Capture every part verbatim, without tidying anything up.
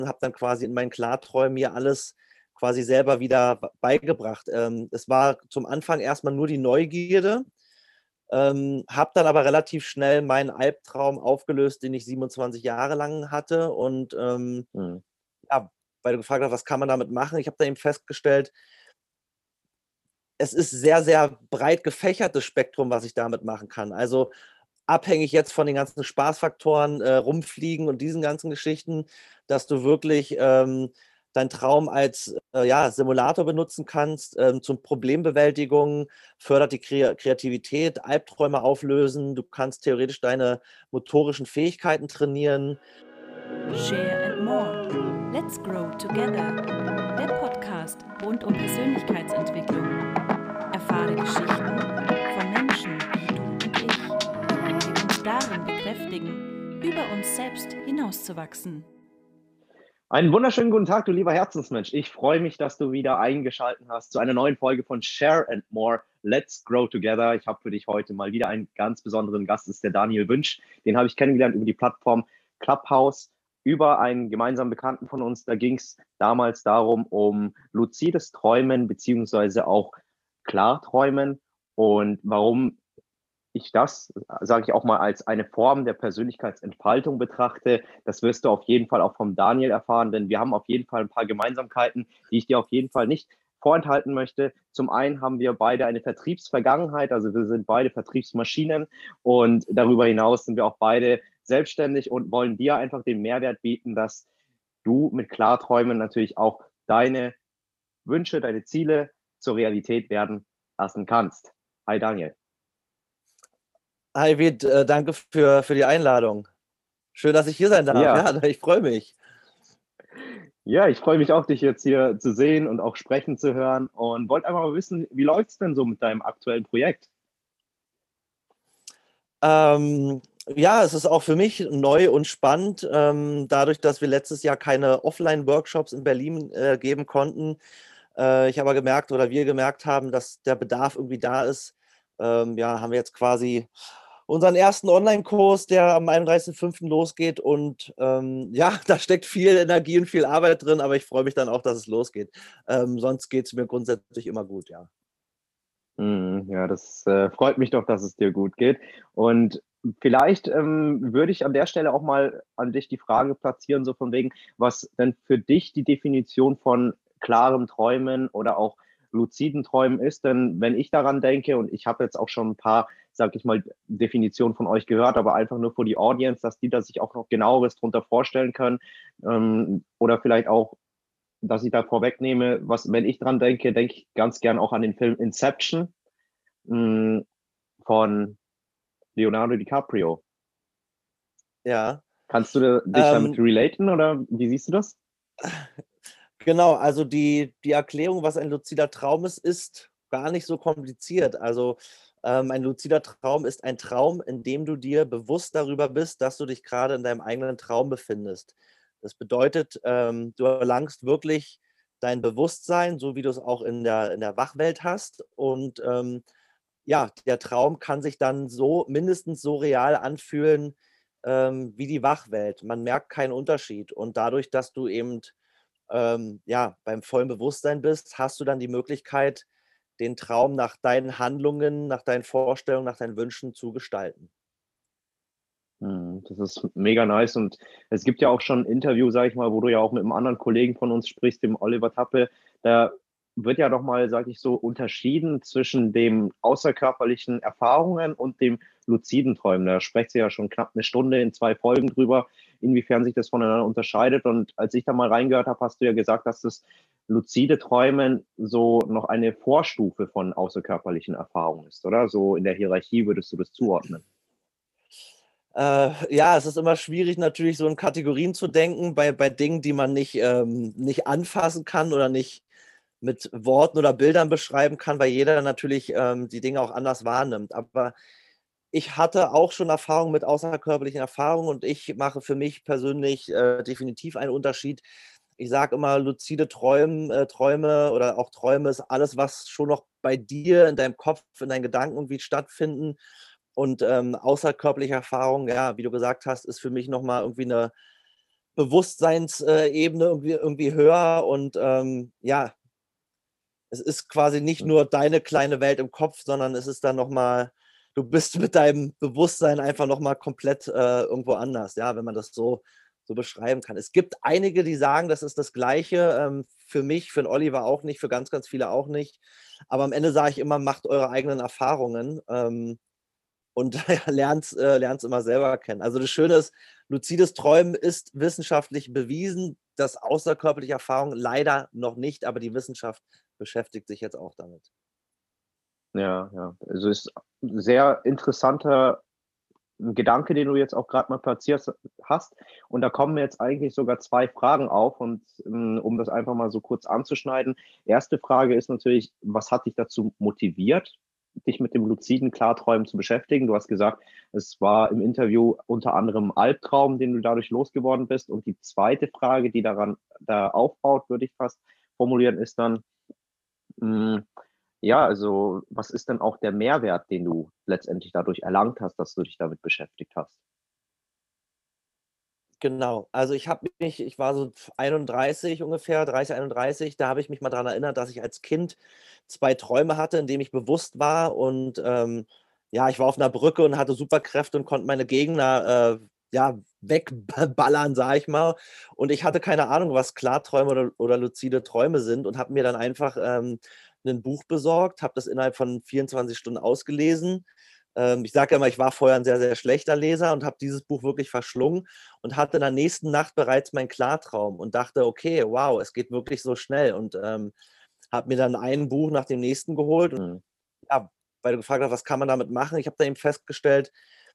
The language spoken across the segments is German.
habe dann quasi in meinen Klarträumen mir alles quasi selber wieder b beigebracht. Ähm, es war zum Anfang erst mal nur die Neugierde, ähm, habe dann aber relativ schnell meinen Albtraum aufgelöst, den ich siebenundzwanzig Jahre lang hatte und, ähm, Mhm. ja, weil du gefragt hast: „Was kann man damit machen?“ Ich habe dann eben festgestellt es ist sehr, sehr breit gefächertes Spektrum, was ich damit machen kann. Also, abhängig jetzt von den ganzen Spaßfaktoren, äh, Rumfliegen und diesen ganzen Geschichten, dass du wirklich, ähm, deinen Traum als, äh, ja, Simulator benutzen kannst, ähm, zum Problembewältigung, fördert die Krea Kreativität, Albträume auflösen. Du kannst theoretisch deine motorischen Fähigkeiten trainieren. Share and More. Let's grow together. Der Podcast rund um Persönlichkeitsentwicklung. Erfahre Geschichten von Menschen wie du und ich, die uns darin bekräftigen, über uns selbst hinauszuwachsen. Einen wunderschönen guten Tag, du lieber Herzensmensch. Ich freue mich, dass du wieder eingeschaltet hast zu einer neuen Folge von Share and More. Let's grow together. Ich habe für dich heute mal wieder einen ganz besonderen Gast, das ist der Daniel Wünsch. Den habe ich kennengelernt über die Plattform Clubhouse, über einen gemeinsamen Bekannten von uns. Da ging es damals darum, um luzides Träumen beziehungsweise auch Klarträumen und warum ich das, sage ich auch mal, als eine Form der Persönlichkeitsentfaltung betrachte. Das wirst du auf jeden Fall auch vom Daniel erfahren, denn wir haben auf jeden Fall ein paar Gemeinsamkeiten, die ich dir auf jeden Fall nicht vorenthalten möchte. Zum einen haben wir beide eine Vertriebsvergangenheit, also wir sind beide Vertriebsmaschinen und darüber hinaus sind wir auch beide selbstständig und wollen dir einfach den Mehrwert bieten, dass du mit Klarträumen natürlich auch deine Wünsche, deine Ziele zur Realität werden lassen kannst. Hi Daniel. Hi Wied, äh, danke für für die Einladung. Schön, dass ich hier sein darf. Ja, Ja, ich freue mich. Ja, ich freue mich auch, dich jetzt hier zu sehen und auch sprechen zu hören und wollte einfach mal wissen, wie läuft's denn so mit deinem aktuellen Projekt? Ähm, ja, es ist auch für mich neu und spannend, ähm, dadurch, dass wir letztes Jahr keine Offline-Workshops in Berlin, äh, geben konnten. Äh, ich aber gemerkt oder wir gemerkt haben, dass der Bedarf irgendwie da ist. Ähm, ja, haben wir jetzt quasi unseren ersten Onlinekurs, der am einunddreißigsten fünften losgeht und, ähm, ja, da steckt viel Energie und viel Arbeit drin, aber ich freue mich dann auch, dass es losgeht. Ähm, sonst geht's mir grundsätzlich immer gut, ja. Mhm, ja, das, äh, freut mich doch, dass es dir gut geht. Und vielleicht, ähm, würde ich an der Stelle auch mal an dich die Frage platzieren, so von wegen, was denn für dich die Definition von klarem Träumen oder auch luziden Träumen ist. Denn wenn ich daran denke und ich habe jetzt auch schon ein paar, sage ich mal, Definitionen von euch gehört, aber einfach nur für die Audience, dass die da sich auch noch Genaueres drunter vorstellen können, ähm, oder vielleicht auch, dass ich da vorwegnehme, was, wenn ich dran denke, denke ich ganz gern auch an den Film Inception mh, von Leonardo DiCaprio. Ja, Kannst du da, dich damit ähm, relaten oder wie siehst du das? genau, also die die Erklärung, was ein luzider Traum ist, ist gar nicht so kompliziert. Also, ähm, ein luzider Traum ist ein Traum, in dem du dir bewusst darüber bist, dass du dich grade in deinem eigenen Traum befindest. Das bedeutet, ähm, du erlangst wirklich dein Bewusstsein, so wie du's auch in der in der Wachwelt hast und, ähm, ja, der Traum kann sich dann so mindestens so real anfühlen, ähm, wie die Wachwelt. Man merkt keinen Unterschied und dadurch, dass du eben ähm, ja, beim vollen Bewusstsein bist, hast du dann die Möglichkeit, den Traum nach deinen Handlungen, nach deinen Vorstellungen, nach deinen Wünschen zu gestalten. Mhm, das ist mega nice und es gibt ja auch schon 'n Interview, sage ich mal, wo du ja auch mit 'nem anderen Kollegen von uns sprichst, dem Oliver Tappe. Da wird ja noch mal, sage ich so, unterschieden zwischen dem außerkörperlichen Erfahrungen und dem luziden Träumen. Da sprecht ihr ja schon knapp 'ne Stunde in zwei Folgen drüber, inwiefern sich das voneinander unterscheidet. Und als ich da mal reingehört habe, hast du ja gesagt, dass das luzide Träumen so noch eine Vorstufe von außerkörperlichen Erfahrungen ist, oder? So in der Hierarchie würdest du das zuordnen? Äh, ja, es ist immer schwierig, natürlich so in Kategorien zu denken bei bei Dingen, die man nicht, ähm nicht anfassen kann oder nicht mit Worten oder Bildern beschreiben kann, weil jeder natürlich, ähm, die Dinge auch anders wahrnimmt. Aber ich hatte auch schon Erfahrung mit außerkörperlichen Erfahrungen und ich mache für mich persönlich, äh, definitiv einen Unterschied. Ich sage immer, luzide Träumen äh, Träume oder auch Träume ist alles, was schon noch bei dir in deinem Kopf, in deinen Gedanken irgendwie stattfinden. Und, ähm, außerkörperliche Erfahrung, ja, wie du gesagt hast, ist für mich noch mal irgendwie 'ne Bewusstseinsebene irgendwie, irgendwie höher und ähm, ja, es ist quasi nicht nur deine kleine Welt im Kopf, sondern es ist dann nochmal, du bist mit deinem Bewusstsein einfach nochmal komplett äh, irgendwo anders, ja, wenn man das so, so beschreiben kann. Es gibt einige, die sagen, das ist das Gleiche. Ähm, für mich, für den Oliver auch nicht, für ganz, ganz viele auch nicht. Aber am Ende sage ich immer, macht eure eigenen Erfahrungen. Ähm, und lernt äh, lernt's immer selber kennen. Also das Schöne ist, luzides Träumen ist wissenschaftlich bewiesen, das außerkörperliche Erfahrung leider noch nicht, aber die Wissenschaft beschäftigt sich jetzt auch damit. Ja, ja. Also ist ein sehr interessanter Gedanke, den du jetzt auch gerade mal platziert hast. Und da kommen mir jetzt eigentlich sogar zwei Fragen auf. Und ähm, um das einfach mal so kurz anzuschneiden. Erste Frage ist natürlich, was hat dich dazu motiviert, dich mit dem luziden Klarträumen zu beschäftigen? Du hast gesagt, es war im Interview unter anderem Albtraum, den du dadurch losgeworden bist. Und die zweite Frage, die daran da aufbaut, würde ich fast formulieren, ist dann, mh, ja, also was ist denn auch der Mehrwert, den du letztendlich dadurch erlangt hast, dass du dich damit beschäftigt hast? Genau, also ich habe mich ich war so einunddreißig ungefähr, dreißig, einunddreißig, da habe ich mich mal dran erinnert, dass ich als Kind zwei Träume hatte, in denen ich bewusst war und, ähm, ja, ich war auf einer Brücke und hatte Superkräfte und konnte meine Gegner, äh, ja, wegballern, sage ich mal. Und ich hatte keine Ahnung, was Klarträume oder oder luzide Träume sind und habe mir dann einfach, ähm, 'nen Buch besorgt, habe das innerhalb von vierundzwanzig Stunden ausgelesen. Ähm, ich sage ja immer, ich war vorher ein sehr, sehr schlechter Leser und habe dieses Buch wirklich verschlungen und hatte in der nächsten Nacht bereits meinen Klartraum und dachte: „Okay, wow, es geht wirklich so schnell." Und, ähm, habe mir dann ein Buch nach dem nächsten geholt und Mhm. ja, weil du gefragt hast: „Was kann man damit machen?" Ich habe dann eben festgestellt,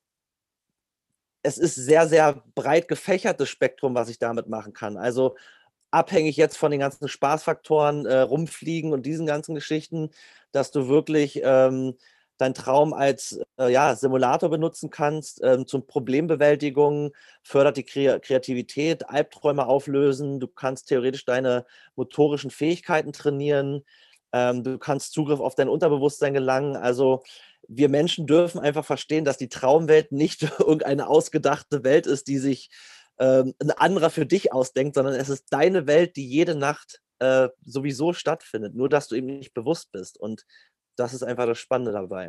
es ist sehr, sehr breit gefächertes Spektrum, was ich damit machen kann. Also, abhängig jetzt von den ganzen Spaßfaktoren, äh, Rumfliegen und diesen ganzen Geschichten, dass du wirklich, ähm, deinen Traum als, äh, ja, Simulator benutzen kannst, ähm, zum Problembewältigung, fördert die Krea Kreativität, Albträume auflösen. Du kannst theoretisch deine motorischen Fähigkeiten trainieren. Ähm, du kannst Zugriff auf dein Unterbewusstsein gelangen. Also, wir Menschen dürfen einfach verstehen, dass die Traumwelt nicht irgendeine ausgedachte Welt ist, die sich ähm, 'n anderer für dich ausdenkt, sondern es ist deine Welt, die jede Nacht, äh, sowieso stattfindet, nur dass du eben nicht bewusst bist und das ist einfach das Spannende dabei.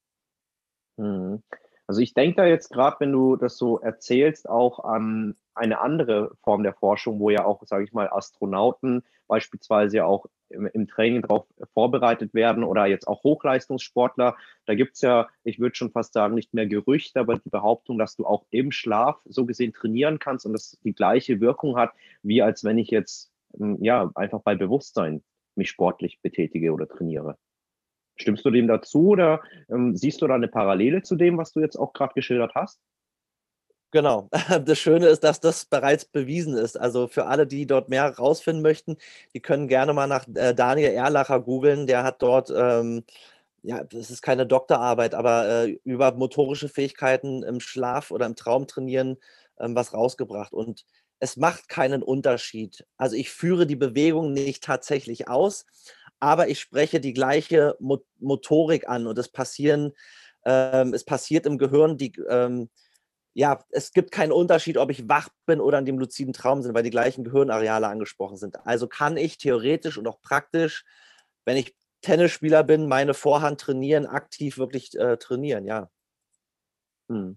Mhm. Also, ich denke da jetzt gerade, wenn du das so erzählst, auch an eine andere Form der Forschung, wo ja auch, sage ich mal, Astronauten beispielsweise ja auch im im Training darauf vorbereitet werden oder jetzt auch Hochleistungssportler. Da gibt's ja, ich würde schon fast sagen, nicht mehr Gerüchte, aber die Behauptung, dass du auch im Schlaf so gesehen trainieren kannst und das die gleiche Wirkung hat, wie als wenn ich jetzt, hm, ja, einfach bei Bewusstsein mich sportlich betätige oder trainiere. Stimmst du dem dazu oder, ähm, siehst du da eine Parallele zu dem, was du jetzt auch gerade geschildert hast? Genau. Das Schöne ist, dass das bereits bewiesen ist. Also, für alle, die dort mehr rausfinden möchten, die können gerne mal nach, äh, Daniel Erlacher googeln. Der hat dort, ähm ja, das ist keine Doktorarbeit, aber, äh, über motorische Fähigkeiten im Schlaf oder im Traum trainieren, ähm, was rausgebracht. Und es macht keinen Unterschied. Also, ich führe die Bewegung nicht tatsächlich aus, aber ich spreche die gleiche Mo Motorik an und es passieren ähm, es passiert im Gehirn die ähm, ja, es gibt keinen Unterschied, ob ich wach bin oder in dem luziden Traum sind, weil die gleichen Gehirnareale angesprochen sind. Also kann ich theoretisch und auch praktisch, wenn ich Tennisspieler bin, meine Vorhand trainieren, aktiv wirklich, äh, trainieren, ja. Mhm.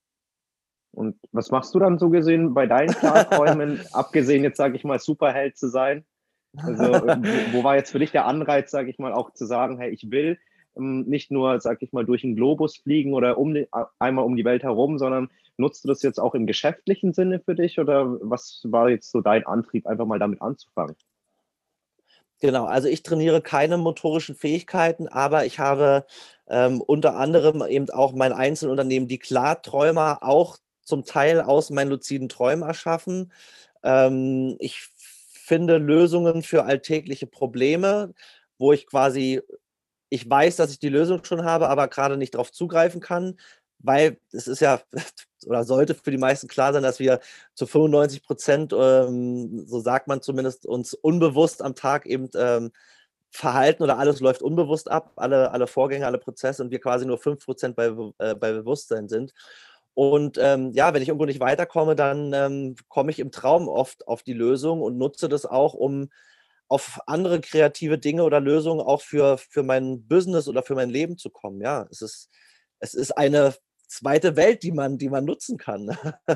Und was machst du dann so gesehen bei deinen Klarträumen, abgesehen jetzt, sage ich mal, Superheld zu sein? Also, äh, wo wo war jetzt für dich der Anreiz, sage ich mal, auch zu sagen: „Hey, ich will, ähm, nicht nur, sage ich mal, durch 'n Globus fliegen oder um die a einmal um die Welt herum“, sondern nutzt du das jetzt auch im geschäftlichen Sinne für dich oder was war jetzt so dein Antrieb, einfach mal damit anzufangen? Genau, also ich trainiere keine motorischen Fähigkeiten, aber ich habe, ähm, unter anderem eben auch mein Einzelunternehmen „Die Klarträumer" auch zum Teil aus meinen luziden Träumen erschaffen. Ähm, ich finde Lösungen für alltägliche Probleme, wo ich quasi ich weiß, dass ich die Lösung schon habe, aber gerade nicht drauf zugreifen kann, weil es ist ja oder sollte für die meisten klar sein, dass wir zu fünfundneunzig Prozent, ähm, so sagt man zumindest, uns unbewusst am Tag eben, ähm, verhalten oder alles läuft unbewusst ab, alle alle Vorgänge, alle Prozesse und wir quasi nur fünf Prozent bei Be äh, bei Bewusstsein sind. Und ähm, ja, wenn ich irgendwo nicht weiterkomme, dann ähm, komme ich im Traum oft auf die Lösung und nutze das auch, um auf andere kreative Dinge oder Lösungen auch für, für mein Business oder für mein Leben zu kommen. Ja, es ist, es ist eine zweite Welt, die man, die man nutzen kann.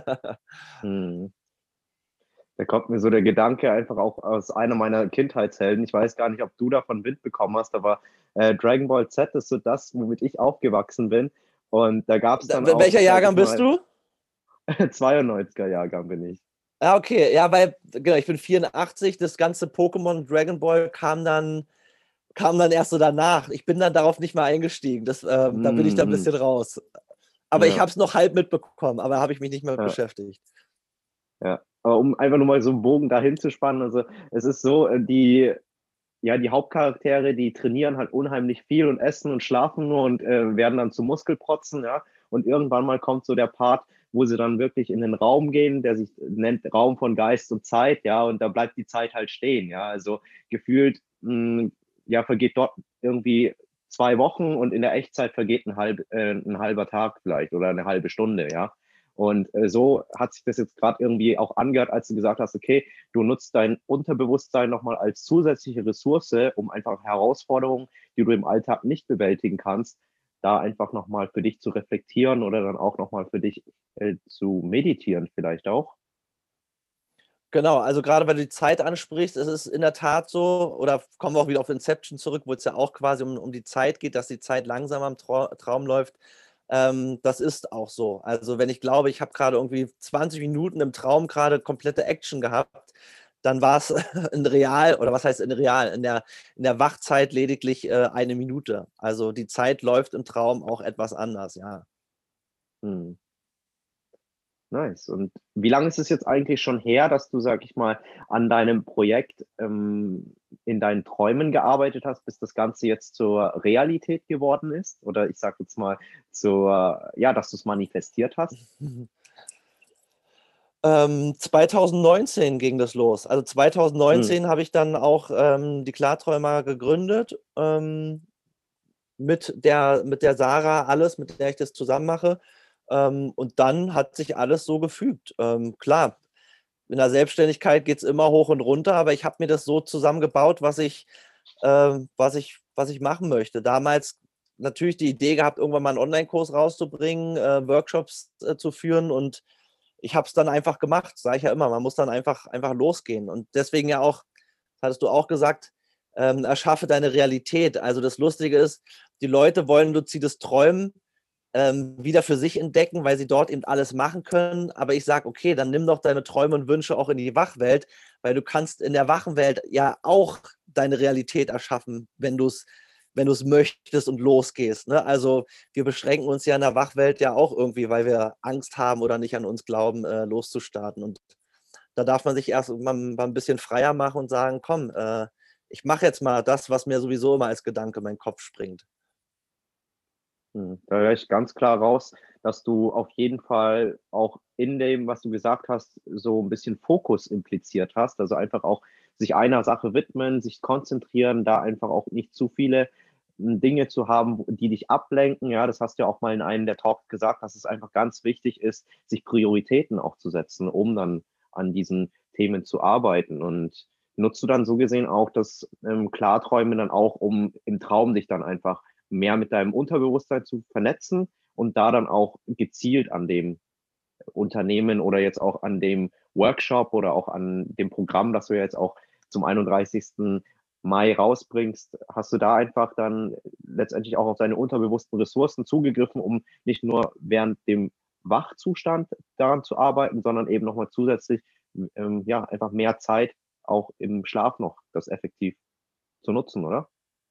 Hm. Da kommt mir so der Gedanke einfach auch aus einer meiner Kindheitshelden. Ich weiß gar nicht, ob du davon Wind bekommen hast, aber äh, Dragon Ball Z ist so das, womit ich aufgewachsen bin. Und da gab es dann auch, Welcher sag ich Jahrgang bist mal, du? zweiundneunziger Jahrgang bin ich. Ah, okay. Ja, weil, genau, ich bin vierundachtzig, das ganze Pokémon Dragon Ball kam dann, kam dann erst so danach. Ich bin dann darauf nicht mehr eingestiegen. Das, ähm, da bin ich da ein Mhm. bisschen raus. Aber ich Ja, habe es noch halb mitbekommen, aber habe ich mich nicht mehr ja, beschäftigt. ja. Aber um einfach nur mal so einen Bogen dahin zu spannen, also es ist so, äh, die, ja, die Hauptcharaktere, die trainieren halt unheimlich viel und essen und schlafen nur und äh, werden dann zu Muskelprotzen, ja. Und irgendwann mal kommt so der Part, wo sie dann wirklich in den Raum gehen, der sich nennt Raum von Geist und Zeit, ja, und da bleibt die Zeit halt stehen, ja. Also gefühlt, mh, ja, vergeht dort irgendwie zwei Wochen und in der Echtzeit vergeht ein, halb, äh, ein halber Tag vielleicht oder eine halbe Stunde, ja. Und äh, so hat sich das jetzt gerade irgendwie auch angehört, als du gesagt hast, okay, du nutzt dein Unterbewusstsein nochmal als zusätzliche Ressource, um einfach Herausforderungen, die du im Alltag nicht bewältigen kannst, da einfach nochmal für dich zu reflektieren oder dann auch nochmal für dich äh, zu meditieren vielleicht auch. Genau, also gerade weil du die Zeit ansprichst, es ist in der Tat so, oder kommen wir auch wieder auf Inception zurück, wo es ja auch quasi um, um die Zeit geht, dass die Zeit langsamer im Trau Traum läuft. Ähm, das ist auch so. Also wenn ich glaube, ich habe gerade irgendwie zwanzig Minuten im Traum gerade komplette Action gehabt, dann war es in real, oder was heißt in real, in der, in der Wachzeit lediglich äh, eine Minute. Also die Zeit läuft im Traum auch etwas anders, ja. Hm. Nice. Und wie lange ist es jetzt eigentlich schon her, dass du, sag ich mal, an deinem Projekt ähm, in deinen Träumen gearbeitet hast, bis das Ganze jetzt zur Realität geworden ist? Oder ich sag jetzt mal, zur, ja, dass du es manifestiert hast? Ähm, zwanzig neunzehn ging das los. Also Hm. zwanzig neunzehn habe ich dann auch ähm, die Klarträumer gegründet, ähm, mit der, mit der Sarah alles, mit der ich das zusammen mache. Ähm, und dann hat sich alles so gefügt. Ähm, klar, in der Selbstständigkeit geht es immer hoch und runter, aber ich habe mir das so zusammengebaut, was ich, ähm, was ich, was ich machen möchte. Damals natürlich die Idee gehabt, irgendwann mal einen Online-Kurs rauszubringen, äh, Workshops äh, zu führen, und ich habe es dann einfach gemacht, sage ich ja immer. Man muss dann einfach, einfach losgehen. Und deswegen ja auch, das hattest du auch gesagt, ähm, erschaffe deine Realität. Also das Lustige ist, die Leute wollen luzides Träumen ähm, wieder für sich entdecken, weil sie dort eben alles machen können. Aber ich sage, okay, dann nimm doch deine Träume und Wünsche auch in die Wachwelt, weil du kannst in der Wachwelt ja auch deine Realität erschaffen, wenn du es wenn du es möchtest und losgehst. Ne? Also wir beschränken uns ja in der Wachwelt ja auch irgendwie, weil wir Angst haben oder nicht an uns glauben, äh, loszustarten. Und da darf man sich erst mal, mal ein bisschen freier machen und sagen, komm, äh, ich mache jetzt mal das, was mir sowieso immer als Gedanke in meinen Kopf springt. Hm, Da höre ich ganz klar raus, dass du auf jeden Fall auch in dem, was du gesagt hast, so ein bisschen Fokus impliziert hast. Also einfach auch sich einer Sache widmen, sich konzentrieren, da einfach auch nicht zu viele hm, Dinge zu haben, die dich ablenken. Ja, das hast du ja auch mal in einem der Talks gesagt, dass es einfach ganz wichtig ist, sich Prioritäten auch zu setzen, um dann an diesen Themen zu arbeiten. Und nutzt du dann so gesehen auch das ähm, Klarträumen dann auch, um im Traum dich dann einfach mehr mit deinem Unterbewusstsein zu vernetzen und da dann auch gezielt an dem Unternehmen oder jetzt auch an dem Workshop oder auch an dem Programm, das du ja jetzt auch zum einunddreißigsten Mai rausbringst, hast du da einfach dann letztendlich auch auf deine unterbewussten Ressourcen zugegriffen, um nicht nur während dem Wachzustand daran zu arbeiten, sondern eben nochmal zusätzlich ähm, ja, einfach mehr Zeit auch im Schlaf noch das effektiv zu nutzen, oder?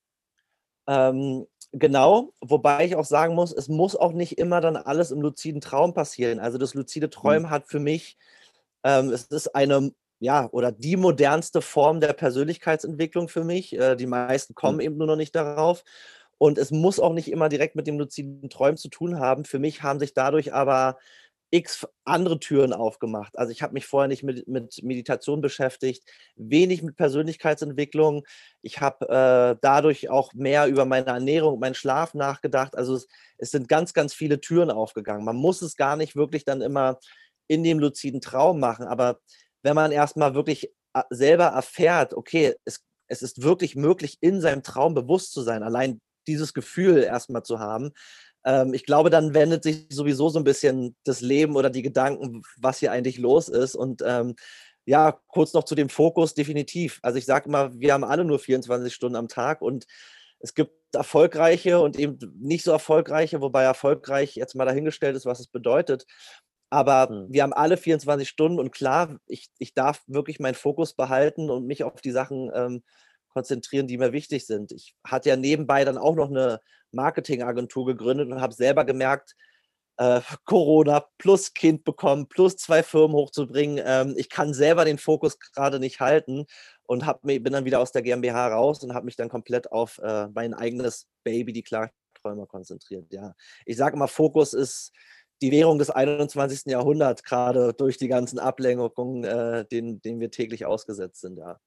Ähm, genau, wobei ich auch sagen muss, es muss auch nicht immer dann alles im luziden Traum passieren. Also das luzide Hm. Träumen hat für mich, ähm, es ist eine, ja, oder die modernste Form der Persönlichkeitsentwicklung für mich. Äh, die meisten Hm. kommen eben nur noch nicht darauf. Und es muss auch nicht immer direkt mit dem luziden Träumen zu tun haben. Für mich haben sich dadurch aber x andere Türen aufgemacht. Also ich habe mich vorher nicht mit, mit Meditation beschäftigt, wenig mit Persönlichkeitsentwicklung. Ich habe äh, dadurch auch mehr über meine Ernährung, meinen Schlaf nachgedacht. Also es, es sind ganz, ganz viele Türen aufgegangen. Man muss es gar nicht wirklich dann immer in dem luziden Traum machen, aber wenn man erstmal wirklich äh, selber erfährt, okay, es, es ist wirklich möglich, in seinem Traum bewusst zu sein, allein dieses Gefühl erstmal zu haben, ähm, ich glaube, dann wendet sich sowieso so ein bisschen das Leben oder die Gedanken, was hier eigentlich los ist. Und ähm, ja, kurz noch zu dem Fokus, definitiv. Also ich sage immer, wir haben alle nur vierundzwanzig Stunden am Tag und es gibt erfolgreiche und eben nicht so erfolgreiche, wobei erfolgreich jetzt mal dahingestellt ist, was es bedeutet. Aber Hm. wir haben alle vierundzwanzig Stunden und klar, ich, ich darf wirklich meinen Fokus behalten und mich auf die Sachen ähm, konzentrieren, die mir wichtig sind. Ich hatte ja nebenbei dann auch noch eine Marketingagentur gegründet und habe selber gemerkt, äh, Corona plus Kind bekommen, plus zwei Firmen hochzubringen. Ähm, ich kann selber den Fokus gerade nicht halten und hab, bin dann wieder aus der GmbH raus und habe mich dann komplett auf äh, mein eigenes Baby, die Klarträumer, konzentriert. Ja. Ich sage immer, Fokus ist die Währung des einundzwanzigsten Jahrhunderts, gerade durch die ganzen Ablenkungen, äh, denen, denen wir täglich ausgesetzt sind. Ja.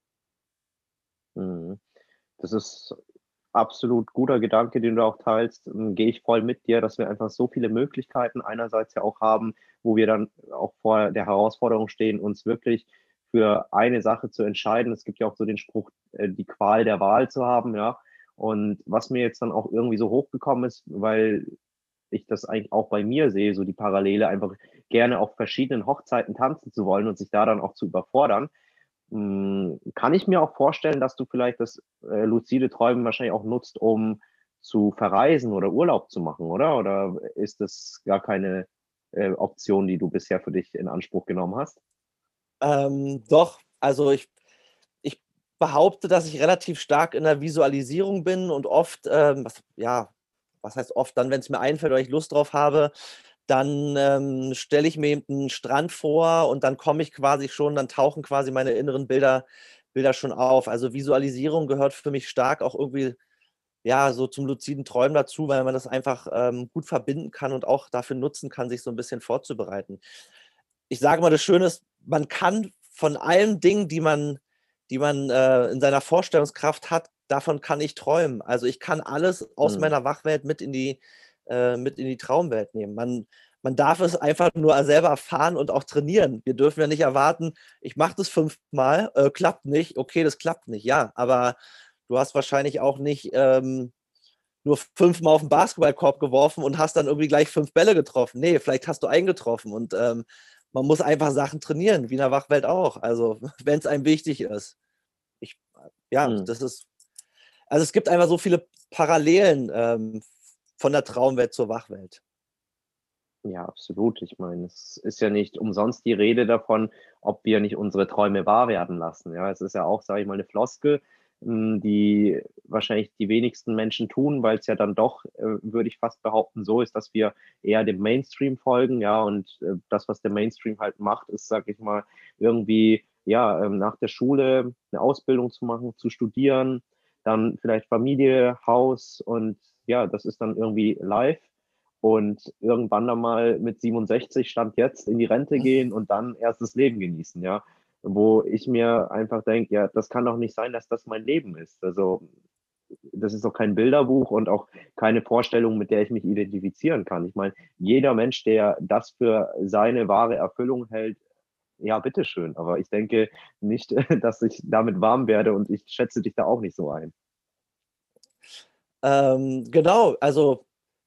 Mhm. Das ist absolut guter Gedanke, den du auch teilst. Ähm, gehe ich voll mit dir, dass wir einfach so viele Möglichkeiten einerseits ja auch haben, wo wir dann auch vor der Herausforderung stehen, uns wirklich für eine Sache zu entscheiden. Es gibt ja auch so den Spruch, äh, die Qual der Wahl zu haben, ja. Und was mir jetzt dann auch irgendwie so hochgekommen ist, weil ich das eigentlich auch bei mir sehe, so die Parallele, einfach gerne auf verschiedenen Hochzeiten tanzen zu wollen und sich da dann auch zu überfordern. Hm, kann ich mir auch vorstellen, dass du vielleicht das äh, luzide Träumen wahrscheinlich auch nutzt, um zu verreisen oder Urlaub zu machen, oder? Oder ist das gar keine äh, Option, die du bisher für dich in Anspruch genommen hast? Ähm, doch, also ich, ich behaupte, dass ich relativ stark in der Visualisierung bin und oft, ähm, was, ja, was heißt oft, dann, wenn es mir einfällt oder ich Lust drauf habe, dann ähm, stelle ich mir eben einen Strand vor und dann komme ich quasi schon, dann tauchen quasi meine inneren Bilder, Bilder schon auf. Also Visualisierung gehört für mich stark auch irgendwie ja, so zum luziden Träumen dazu, weil man das einfach ähm, gut verbinden kann und auch dafür nutzen kann, sich so ein bisschen vorzubereiten. Ich sage mal, das Schöne ist, man kann von allen Dingen, die man die man, äh, in seiner Vorstellungskraft hat, davon kann ich träumen. Also, ich kann alles aus Mhm. meiner Wachwelt mit in die äh, mit in die Traumwelt nehmen. Man man darf es einfach nur selber erfahren und auch trainieren. Wir dürfen ja nicht erwarten: „Ich mache das fünfmal, äh, klappt nicht. Okay, das klappt nicht.“ Ja, aber du hast wahrscheinlich auch nicht, ähm, nur fünfmal auf 'n Basketballkorb geworfen und hast dann irgendwie gleich fünf Bälle getroffen. Ne, vielleicht hast du einen getroffen und, ähm, man muss einfach Sachen trainieren, wie in der Wachwelt auch. Also, wenn's einem wichtig ist. Ich ja, Mhm. das ist also, es gibt einfach so viele Parallelen, ähm, von der Traumwelt zur Wachwelt. Ja, absolut. Ich meine, es ist ja nicht umsonst die Rede davon, ob wir nicht unsere Träume wahr werden lassen. Ja, es ist ja auch, sage ich mal, eine Floskel, hm, die wahrscheinlich die wenigsten Menschen tun, weil es ja dann doch, äh, würde ich fast behaupten, so ist, dass wir eher dem Mainstream folgen, ja, und, äh, das, was der Mainstream halt macht, ist, sage ich mal, irgendwie, ja, ähm, nach der Schule eine Ausbildung zu machen, zu studieren, dann vielleicht Familie, Haus und ja, das ist dann irgendwie live und irgendwann dann mal mit siebenundsechzig Stand jetzt in die Rente gehen und dann erst das Leben genießen, ja. Wo ich mir einfach denke: „Ja, das kann doch nicht sein, dass das mein Leben ist.“ Also, das ist doch kein Bilderbuch und auch keine Vorstellung, mit der ich mich identifizieren kann. Ich meine, jeder Mensch, der das für seine wahre Erfüllung hält, ja, bitteschön. Aber ich denke nicht, dass ich damit warm werde und ich schätze dich da auch nicht so ein. Ähm, genau, also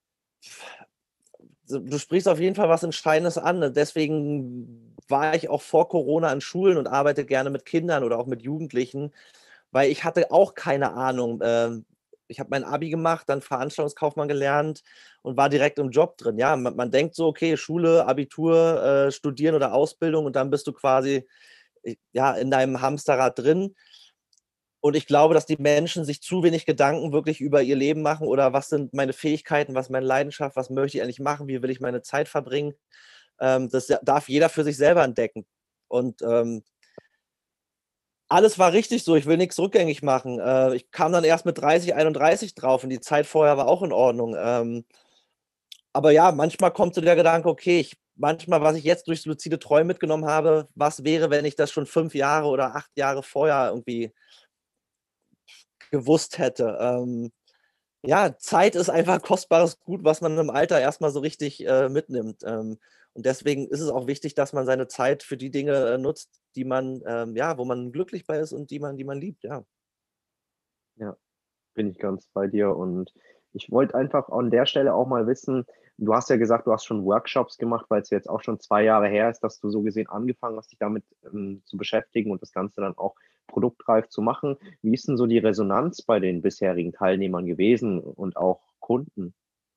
so, du sprichst auf jeden Fall was Entscheidendes an. Ne? Deswegen war ich auch vor Corona in Schulen und arbeite gerne mit Kindern oder auch mit Jugendlichen, weil ich hatte auch keine Ahnung. Ähm, ich habe mein Abi gemacht, dann Veranstaltungskaufmann gelernt und war direkt im Job drin. Ja, man, man denkt so, okay, Schule, Abitur, äh, Studieren oder Ausbildung und dann bist du quasi äh, ja, in deinem Hamsterrad drin. Und ich glaube, dass die Menschen sich zu wenig Gedanken wirklich über ihr Leben machen oder was sind meine Fähigkeiten, was ist meine Leidenschaft, was möchte ich eigentlich machen, wie will ich meine Zeit verbringen. Ähm, das ja darf jeder für sich selber entdecken. Und, ähm, alles war richtig so, ich will nix rückgängig machen. Äh, ich kam dann erst mit dreißig, einunddreißig drauf und die Zeit vorher war auch in Ordnung. Ähm, aber ja, manchmal kommt so der Gedanke: „Okay, ich manchmal, was ich jetzt durchs luzide Träumen mitgenommen habe, was wäre, wenn ich das schon fünf Jahre oder acht Jahre vorher irgendwie gewusst hätte. Ähm, ja, Zeit ist einfach kostbares Gut, was man im Alter erstmal so richtig äh, mitnimmt. Ähm, und deswegen ist es auch wichtig, dass man seine Zeit für die Dinge äh, nutzt, die man, ähm, ja, wo man glücklich bei ist und die man, die man liebt, ja. Ja. Bin ich ganz bei dir und ich wollte einfach an der Stelle auch mal wissen, du hast ja gesagt, du hast schon Workshops gemacht, weil es jetzt auch schon zwei Jahre her ist, dass du so gesehen angefangen hast, dich damit ähm, zu beschäftigen und das Ganze dann auch produktreif zu machen. Wie ist denn so die Resonanz bei den bisherigen Teilnehmern gewesen und auch Kunden?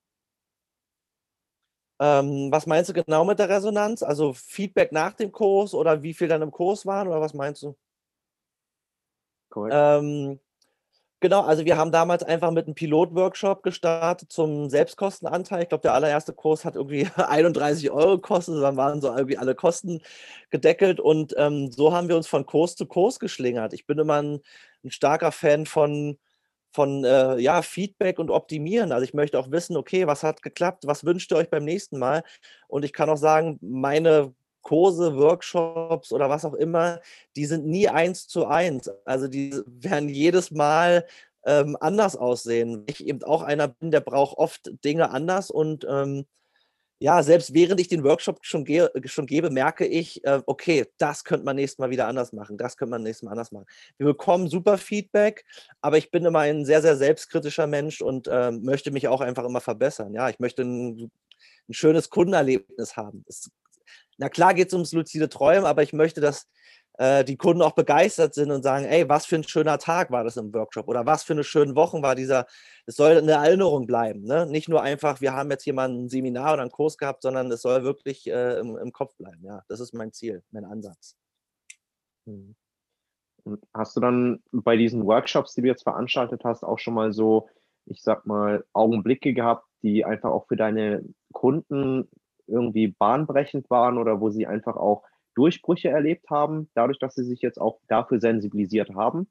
Ähm, was meinst du genau mit der Resonanz? Also Feedback nach dem Kurs oder wie viel dann im Kurs waren oder was meinst du? Korrekt? Ähm, genau, also wir haben damals einfach mit einem Pilotworkshop gestartet zum Selbstkostenanteil. Ich glaube, der allererste Kurs hat irgendwie einunddreißig Euro gekostet, dann waren so irgendwie alle Kosten gedeckelt und ähm, so haben wir uns von Kurs zu Kurs geschlingert. Ich bin immer ein 'n starker Fan von von, äh, ja, Feedback und Optimieren. Also, ich möchte auch wissen: „Okay, was hat geklappt? Was wünscht ihr euch beim nächsten Mal?“ Und ich kann auch sagen, meine Kurse, Workshops oder was auch immer, die sind nie eins zu eins. Also, die werden jedes Mal, ähm, anders aussehen. Ich eben auch einer bin, der braucht oft Dinge anders und, ähm, ja, selbst während ich den Workshop schon gehe schon gebe, merke ich, äh, okay, das könnte man nächstes Mal wieder anders machen, das könnte man nächstes Mal anders machen. Wir bekommen super Feedback, aber ich bin immer ein sehr, sehr selbstkritischer Mensch und, ähm, möchte mich auch einfach immer verbessern. Ja, ich möchte ein 'n schönes Kundenerlebnis haben. Es na klar geht es ums luzide Träumen, aber ich möchte, dass, äh, die Kunden auch begeistert sind und sagen: „Ey, was für ein schöner Tag war das im Workshop“ oder „was für eine schöne Wochen war dieser“, es soll eine Erinnerung bleiben, ne? Nicht nur einfach, wir haben jetzt hier mal 'n Seminar oder einen Kurs gehabt, sondern es soll wirklich, äh, im im Kopf bleiben, ja. Das ist mein Ziel, mein Ansatz. Mhm. Und hast du dann bei diesen Workshops, die du jetzt veranstaltet hast, auch schon mal so, ich sag mal, Augenblicke gehabt, die einfach auch für deine Kunden irgendwie bahnbrechend waren oder wo sie einfach auch Durchbrüche erlebt haben, dadurch, dass sie sich jetzt auch dafür sensibilisiert haben?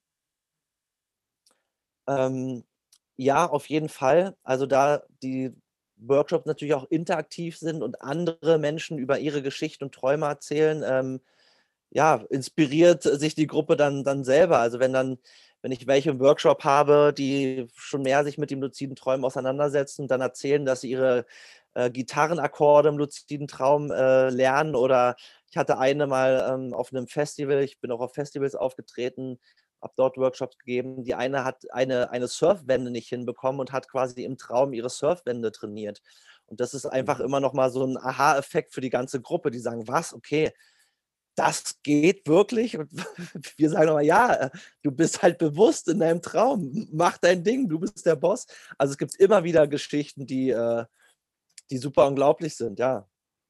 Ähm, ja, auf jeden Fall. Also, da die Workshops natürlich auch interaktiv sind und andere Menschen über ihre Geschichten und Träume erzählen, ähm, ja, inspiriert sich die Gruppe dann dann selber. Also, wenn dann wenn ich welche im Workshop habe, die schon mehr sich mit dem luziden Träumen auseinandersetzen und dann erzählen, dass sie ihre, äh, Gitarrenakkorde im luziden Traum, äh, lernen oder ich hatte eine mal, ähm, auf einem Festival, ich bin auch auf Festivals aufgetreten, habe dort Workshops gegeben. Die eine hat eine eine Surfwende nicht hinbekommen und hat quasi im Traum ihre Surfwende trainiert. Und das ist einfach Mhm. immer noch mal so 'n Aha-Effekt für die ganze Gruppe, die sagen: „Was? Okay, das geht wirklich?“ Und wir sagen aber: „Ja, äh, du bist halt bewusst in deinem Traum. M mach dein Ding, du bist der Boss.“ Also, es gibt immer wieder Geschichten, die, äh die super unglaublich sind, ja.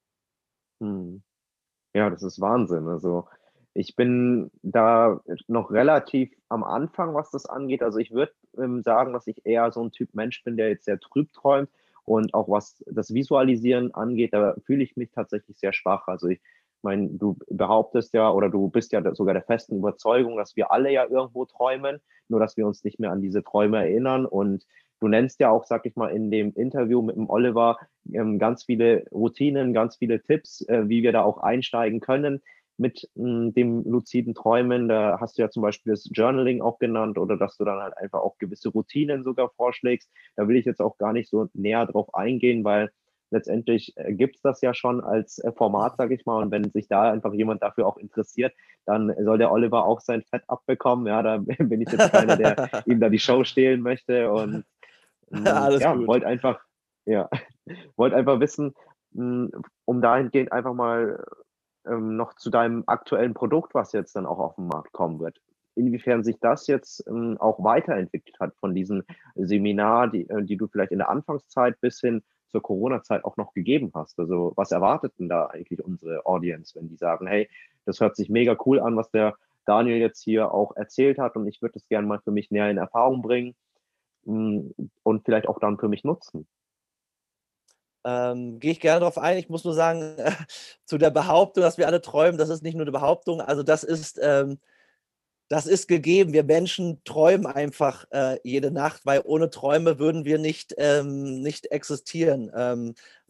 Mhm. Ja, das ist Wahnsinn. Also, ich bin da noch relativ am Anfang, was das angeht. Also, ich würde, ähm, sagen, dass ich eher so ein Typ Mensch bin, der jetzt sehr trüb träumt und auch was das Visualisieren angeht, da fühle ich mich tatsächlich sehr schwach. Also, ich meine, du behauptest ja oder du bist ja da sogar der festen Überzeugung, dass wir alle ja irgendwo träumen, nur dass wir uns nicht mehr an diese Träume erinnern. Und du nennst ja auch, sag ich mal, in dem Interview mit dem Oliver, ähm, ganz viele Routinen, ganz viele Tipps, äh, wie wir da auch einsteigen können mit hm, dem luziden Träumen. Da hast du ja zum Beispiel das Journaling auch genannt oder dass du dann halt einfach auch gewisse Routinen sogar vorschlägst. Da will ich jetzt auch gar nicht so näher drauf eingehen, weil letztendlich äh, gibt es das ja schon als äh, Format, sage ich mal. Und wenn sich da einfach jemand dafür auch interessiert, dann soll der Oliver auch sein Fett abbekommen. Ja, da bin ich jetzt keiner, der ihm da die Show stehlen möchte. Und hm, Alles ja, gut. wollte einfach, ja, wollte einfach wissen, hm, um dahingehend einfach mal ähm, noch zu deinem aktuellen Produkt, was jetzt dann auch auf den Markt kommen wird. Inwiefern sich das jetzt ähm, auch weiterentwickelt hat von diesem Seminar, die, äh, die du vielleicht in der Anfangszeit bis hin zur Corona-Zeit auch noch gegeben hast. Also was erwartet denn da eigentlich unsere Audience, wenn die sagen, hey, das hört sich mega cool an, was der Daniel jetzt hier auch erzählt hat und ich würde das gerne mal für mich näher in Erfahrung bringen mh, und vielleicht auch dann für mich nutzen. Ähm, gehe ich gerne darauf ein. Ich muss nur sagen, zu der Behauptung, dass wir alle träumen, das ist nicht nur 'ne Behauptung. Also, das ist, ähm das ist gegeben. Wir Menschen träumen einfach, äh, jede Nacht, weil ohne Träume würden wir nicht ähm, nicht existieren. Ähm,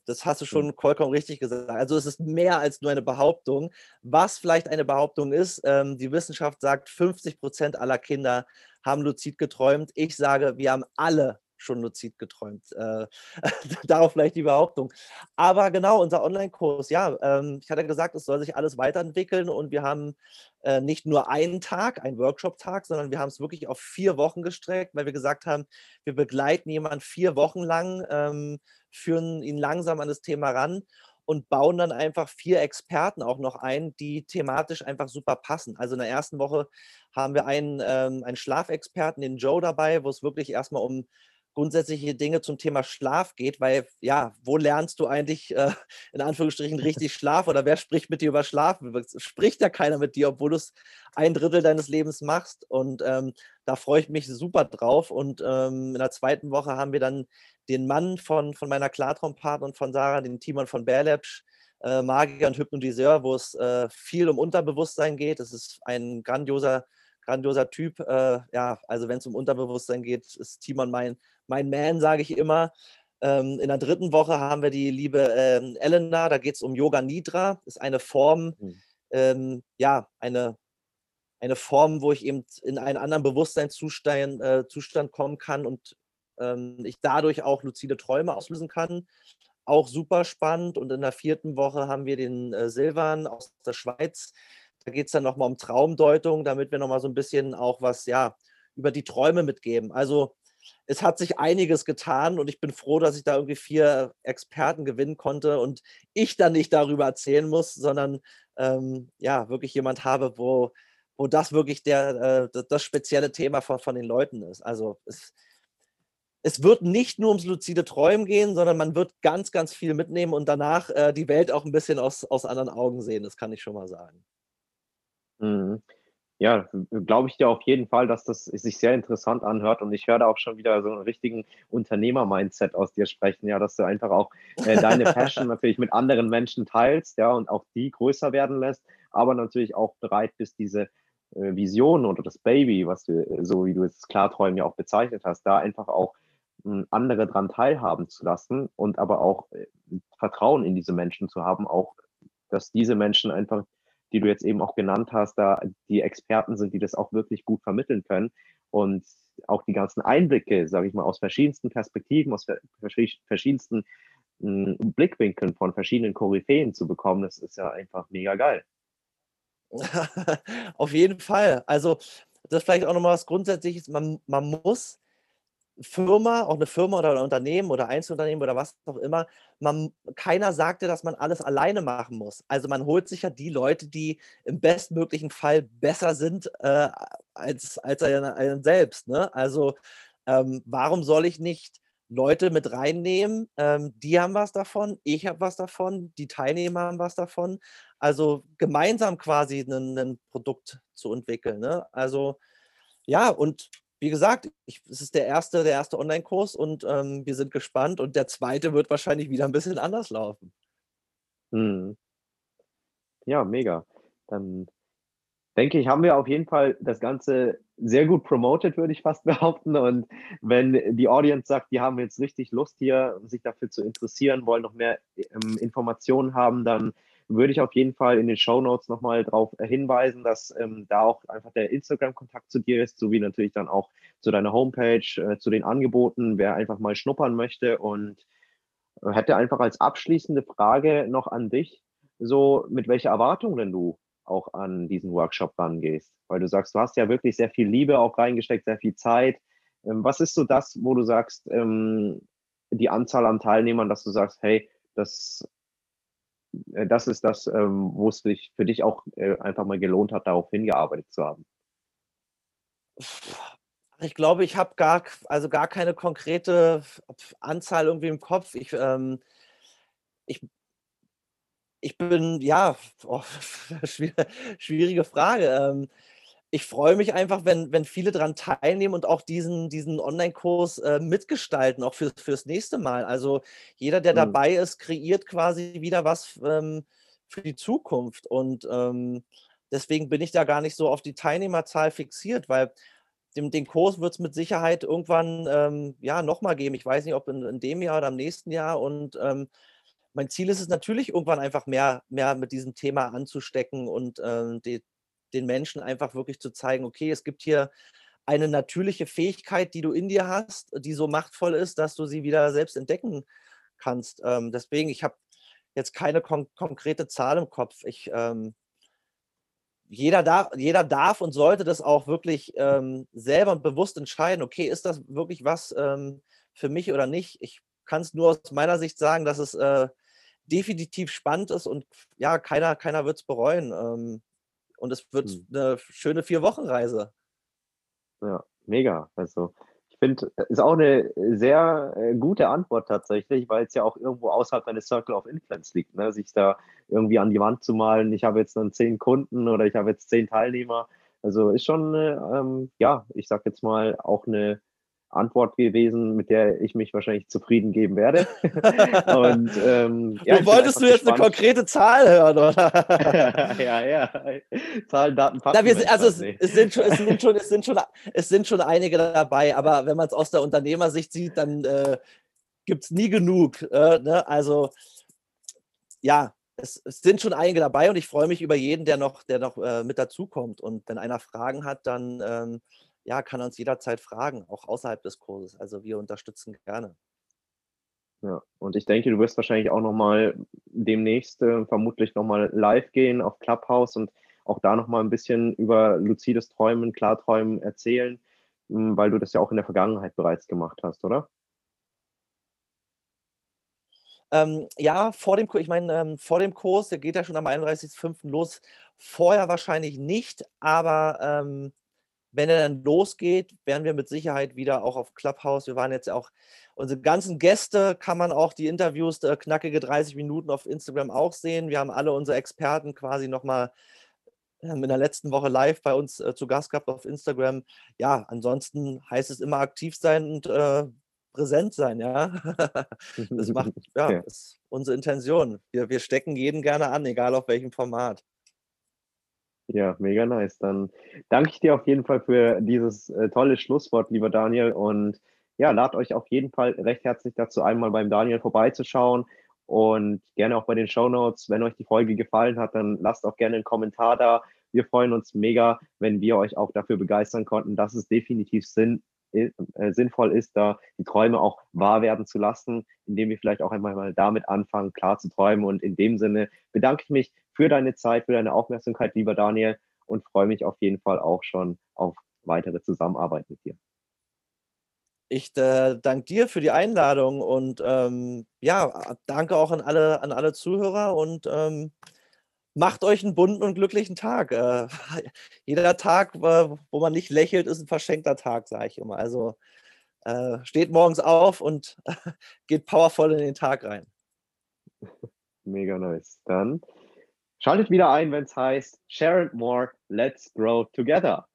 das hast du schon vollkommen richtig gesagt. Also es ist mehr als nur eine Behauptung. Was vielleicht eine Behauptung ist, ähm, die Wissenschaft sagt, fünfzig Prozent aller Kinder haben luzid geträumt. Ich sage, wir haben alle schon luzid geträumt. Äh, darauf vielleicht die Behauptung. Aber genau, unser Online-Kurs, ja, ähm, ich hatte gesagt, es soll sich alles weiterentwickeln und wir haben äh, nicht nur einen Tag, einen Workshop-Tag, sondern wir haben es wirklich auf vier Wochen gestreckt, weil wir gesagt haben, wir begleiten jemanden vier Wochen lang, ähm, führen ihn langsam an das Thema ran und bauen dann einfach vier Experten auch noch ein, die thematisch einfach super passen. Also in der ersten Woche haben wir einen, ähm, einen Schlafexperten, den Joe, dabei, wo es wirklich erstmal um grundsätzliche Dinge zum Thema Schlaf geht, weil, ja, wo lernst du eigentlich, äh, in Anführungsstrichen, richtig Schlaf oder wer spricht mit dir über Schlaf? Es spricht ja keiner mit dir, obwohl du es ein Drittel deines Lebens machst und ähm, da freue ich mich super drauf und ähm, in der zweiten Woche haben wir dann den Mann von, von meiner Klartraumpartnerin von Sarah, den Timon von Berlepsch, äh, Magier und Hypnotiseur, wo es äh, viel um Unterbewusstsein geht. Das ist ein grandioser, grandioser Typ. Äh, ja, also wenn es um Unterbewusstsein geht, ist Timon mein, mein Man, sage ich immer. Ähm, in der dritten Woche haben wir die liebe ähm, Elena, da geht es um Yoga Nidra. Das ist eine Form, Mhm. ähm, ja, eine, eine Form, wo ich eben in einen anderen Bewusstseinszustand äh, Zustand kommen kann und ähm, ich dadurch auch luzide Träume auslösen kann. Auch super spannend. Und in der vierten Woche haben wir den äh, Silvan aus der Schweiz. Da geht es dann nochmal um Traumdeutung, damit wir nochmal so ein bisschen auch was, ja, über die Träume mitgeben. Also es hat sich einiges getan und ich bin froh, dass ich da irgendwie vier Experten gewinnen konnte und ich dann nicht darüber erzählen muss, sondern ähm, ja, wirklich jemand habe, wo, wo das wirklich der, äh, das spezielle Thema von, von den Leuten ist. Also es, es wird nicht nur ums luzide Träumen gehen, sondern man wird ganz, ganz viel mitnehmen und danach äh, die Welt auch ein bisschen aus, aus anderen Augen sehen. Das kann ich schon mal sagen. Mhm. Ja, glaube ich dir auf jeden Fall, dass das sich sehr interessant anhört und ich höre da auch schon wieder so einen richtigen Unternehmer-Mindset aus dir sprechen, ja, dass du einfach auch äh, deine Passion natürlich mit anderen Menschen teilst, ja, und auch die größer werden lässt, aber natürlich auch bereit bist, diese äh, Vision oder das Baby, was du, äh, so wie du es Klarträumen ja auch bezeichnet hast, da einfach auch mh, andere dran teilhaben zu lassen und aber auch äh, Vertrauen in diese Menschen zu haben, auch, dass diese Menschen einfach, die du jetzt eben auch genannt hast, da die Experten sind, die das auch wirklich gut vermitteln können und auch die ganzen Einblicke, sage ich mal, aus verschiedensten Perspektiven, aus verschiedensten mh, Blickwinkeln von verschiedenen Koryphäen zu bekommen, das ist ja einfach mega geil. Auf jeden Fall. Also das ist vielleicht auch nochmal was Grundsätzliches. Man, man muss Firma, auch eine Firma oder ein Unternehmen oder Einzelunternehmen oder was auch immer, man, keiner sagte, dass man alles alleine machen muss. Also man holt sich ja die Leute, die im bestmöglichen Fall besser sind äh, als, als einen, einen selbst. Ne? Also ähm, warum soll ich nicht Leute mit reinnehmen? Ähm, die haben was davon, ich habe was davon, die Teilnehmer haben was davon. Also gemeinsam quasi ein Produkt zu entwickeln. Ne? Also ja, und wie gesagt, ich, es ist der erste, der erste Online-Kurs und ähm, wir sind gespannt und der zweite wird wahrscheinlich wieder ein bisschen anders laufen. Mhm. Ja, mega. Dann denke ich, haben wir auf jeden Fall das Ganze sehr gut promoted, würde ich fast behaupten. Und wenn die Audience sagt, die haben jetzt richtig Lust hier, sich dafür zu interessieren, wollen noch mehr ähm, Informationen haben, dann würde ich auf jeden Fall in den Shownotes nochmal darauf hinweisen, dass ähm, da auch einfach der Instagram-Kontakt zu dir ist, sowie natürlich dann auch zu deiner Homepage, äh, zu den Angeboten, wer einfach mal schnuppern möchte. Und äh, hätte einfach als abschließende Frage noch an dich, so mit welcher Erwartung denn du auch an diesen Workshop rangehst, weil du sagst, du hast ja wirklich sehr viel Liebe auch reingesteckt, sehr viel Zeit. Ähm, was ist so das, wo du sagst, ähm, die Anzahl an Teilnehmern, dass du sagst, hey, das, äh, das ist das, ähm, wo es dich, für dich auch äh, einfach mal gelohnt hat, darauf hingearbeitet zu haben? Ich glaube, ich habe gar, also gar keine konkrete Anzahl irgendwie im Kopf. Ich, ähm, ich, ich bin, ja, oh, schwierige Frage. Ähm, ich freue mich einfach, wenn, wenn viele daran teilnehmen und auch diesen, diesen Online-Kurs äh, mitgestalten, auch für, fürs nächste Mal. Also jeder, der Mhm. dabei ist, kreiert quasi wieder was ähm, für die Zukunft. Und ähm, deswegen bin ich da gar nicht so auf die Teilnehmerzahl fixiert, weil den, den Kurs wird es mit Sicherheit irgendwann ähm, ja, nochmal geben. Ich weiß nicht, ob in, in dem Jahr oder im nächsten Jahr. Und ähm, mein Ziel ist es natürlich, irgendwann einfach mehr, mehr mit diesem Thema anzustecken und ähm, die, den Menschen einfach wirklich zu zeigen, okay, es gibt hier eine natürliche Fähigkeit, die du in dir hast, die so machtvoll ist, dass du sie wieder selbst entdecken kannst. Ähm, deswegen, ich habe jetzt keine kon konkrete Zahl im Kopf. Ich, ähm, jeder, darf, jeder darf und sollte das auch wirklich ähm, selber und bewusst entscheiden, okay, ist das wirklich was ähm, für mich oder nicht? Ich kann es nur aus meiner Sicht sagen, dass es äh, definitiv spannend ist und ja, keiner, keiner wird es bereuen. Ähm, und es wird Hm. eine schöne Vier-Wochen-Reise. Ja, mega. Also ich finde, ist auch eine sehr äh, gute Antwort tatsächlich, weil es ja auch irgendwo außerhalb deines Circle of Influence liegt, ne? Sich da irgendwie an die Wand zu malen, ich habe jetzt dann zehn Kunden oder ich habe jetzt zehn Teilnehmer. Also ist schon, äh, ähm, ja, ich sag jetzt mal, auch eine Antwort gewesen, mit der ich mich wahrscheinlich zufrieden geben werde. Und ähm, ja, ich bin Wolltest einfach du jetzt eine gespannt. konkrete Zahl hören, oder? Ja, ja. Zahlen, Daten, Na, Fakten, wir sind, also Menschheit. es, Nee. es, sind schon, es, sind schon, es, sind schon, es sind schon einige dabei, aber wenn man es aus der Unternehmersicht sieht, dann äh, gibt es nie genug. Äh, ne? Also ja, es, es sind schon einige dabei und ich freue mich über jeden, der noch, der noch äh, mit dazukommt. Und wenn einer Fragen hat, dann ähm, ja, kann er uns jederzeit fragen, auch außerhalb des Kurses. Also wir unterstützen gerne. Ja, und ich denke, du wirst wahrscheinlich auch noch mal demnächst äh, vermutlich noch mal live gehen auf Clubhouse und auch da noch mal ein bisschen über luzides Träumen, Klarträumen erzählen, m, weil du das ja auch in der Vergangenheit bereits gemacht hast, oder? Ähm, ja, vor dem, Ku- ich meine, ähm, vor dem Kurs, der geht ja schon am einunddreißigsten fünften los. Vorher wahrscheinlich nicht, aber ähm, wenn er dann losgeht, werden wir mit Sicherheit wieder auch auf Clubhouse. Wir waren jetzt auch, unsere ganzen Gäste kann man auch die Interviews, äh, knackige dreißig Minuten auf Instagram auch sehen. Wir haben alle unsere Experten quasi nochmal ähm, in der letzten Woche live bei uns äh, zu Gast gehabt auf Instagram. Ja, ansonsten heißt es immer aktiv sein und äh, präsent sein, ja. Das macht, ja, Ja, ist unsere Intention. Wir, wir stecken jeden gerne an, egal auf welchem Format. ja, mega nice. Dann danke ich dir auf jeden Fall für dieses äh, tolle Schlusswort, lieber Daniel. Und ja, lad euch auf jeden Fall recht herzlich dazu ein, mal beim Daniel vorbeizuschauen und gerne auch bei den Shownotes. Wenn euch die Folge gefallen hat, dann lasst auch gerne einen Kommentar da. Wir freuen uns mega, wenn wir euch auch dafür begeistern konnten, dass es definitiv Sinn, äh, sinnvoll ist, da die Träume auch wahr werden zu lassen, indem wir vielleicht auch einmal mal damit anfangen, klar zu träumen. Und in dem Sinne bedanke ich mich für deine Zeit, für deine Aufmerksamkeit, lieber Daniel, und freue mich auf jeden Fall auch schon auf weitere Zusammenarbeit mit dir. Ich äh, danke dir für die Einladung und ähm, ja, danke auch an alle, an alle Zuhörer und ähm, macht euch einen bunten und glücklichen Tag. Äh, jeder Tag, äh, wo man nicht lächelt, ist ein verschenkter Tag, sage ich immer. Also äh, steht morgens auf und geht powervoll in den Tag rein. Mega nice. Dann schaltet wieder ein, wenn es heißt Share and More, let's grow together.